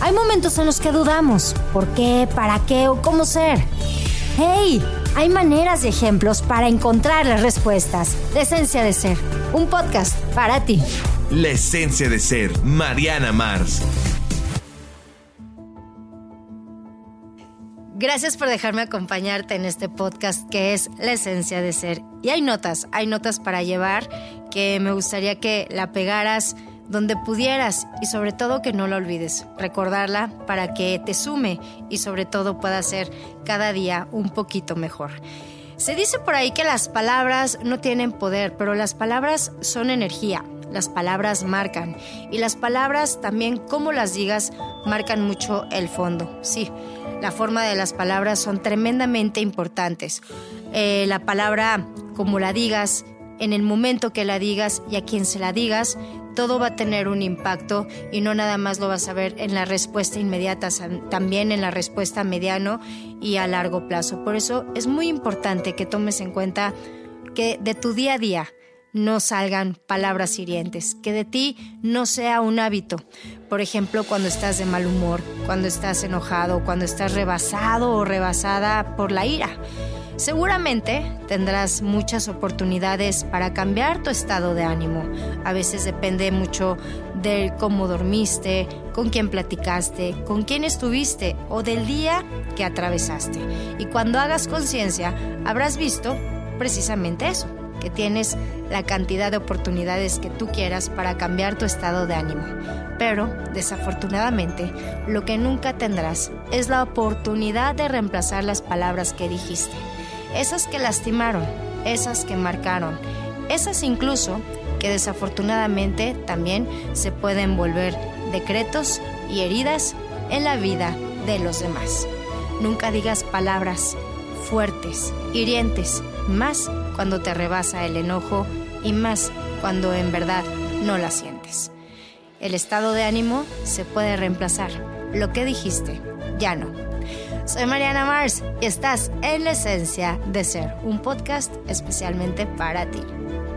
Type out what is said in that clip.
Hay momentos en los que dudamos. ¿Por qué? ¿Para qué? ¿O cómo ser? ¡Hey! Hay maneras y ejemplos para encontrar las respuestas. La Esencia de Ser, un podcast para ti. La Esencia de Ser, Mariana Mars. Gracias por dejarme acompañarte en este podcast que es La Esencia de Ser. Y hay notas para llevar que me gustaría que la pegaras donde pudieras y sobre todo que no la olvides. Recordarla para que te sume y sobre todo pueda ser cada día un poquito mejor. Se dice por ahí que las palabras no tienen poder, pero las palabras son energía. Las palabras marcan y las palabras también, como las digas, marcan mucho el fondo. Sí, la forma de las palabras son tremendamente importantes. La palabra, como la digas, en el momento que la digas y a quien se la digas, todo va a tener un impacto y no nada más lo vas a ver en la respuesta inmediata, también en la respuesta a mediano y a largo plazo. Por eso es muy importante que tomes en cuenta que de tu día a día no salgan palabras hirientes, que de ti no sea un hábito. Por ejemplo, cuando estás de mal humor, cuando estás enojado, cuando estás rebasado o rebasada por la ira. Seguramente tendrás muchas oportunidades para cambiar tu estado de ánimo. A veces depende mucho de cómo dormiste, con quién platicaste, con quién estuviste o del día que atravesaste. Y cuando hagas conciencia, habrás visto precisamente eso, que tienes la cantidad de oportunidades que tú quieras para cambiar tu estado de ánimo. Pero, desafortunadamente, lo que nunca tendrás es la oportunidad de reemplazar las palabras que dijiste. Esas que lastimaron, esas que marcaron, esas incluso que desafortunadamente también se pueden volver decretos y heridas en la vida de los demás. Nunca digas palabras fuertes, hirientes, más cuando te rebasa el enojo y más cuando en verdad no la sientes. El estado de ánimo se puede reemplazar. Lo que dijiste, ya no. Soy Mariana Mars y estás en La Esencia de Ser, un podcast especialmente para ti.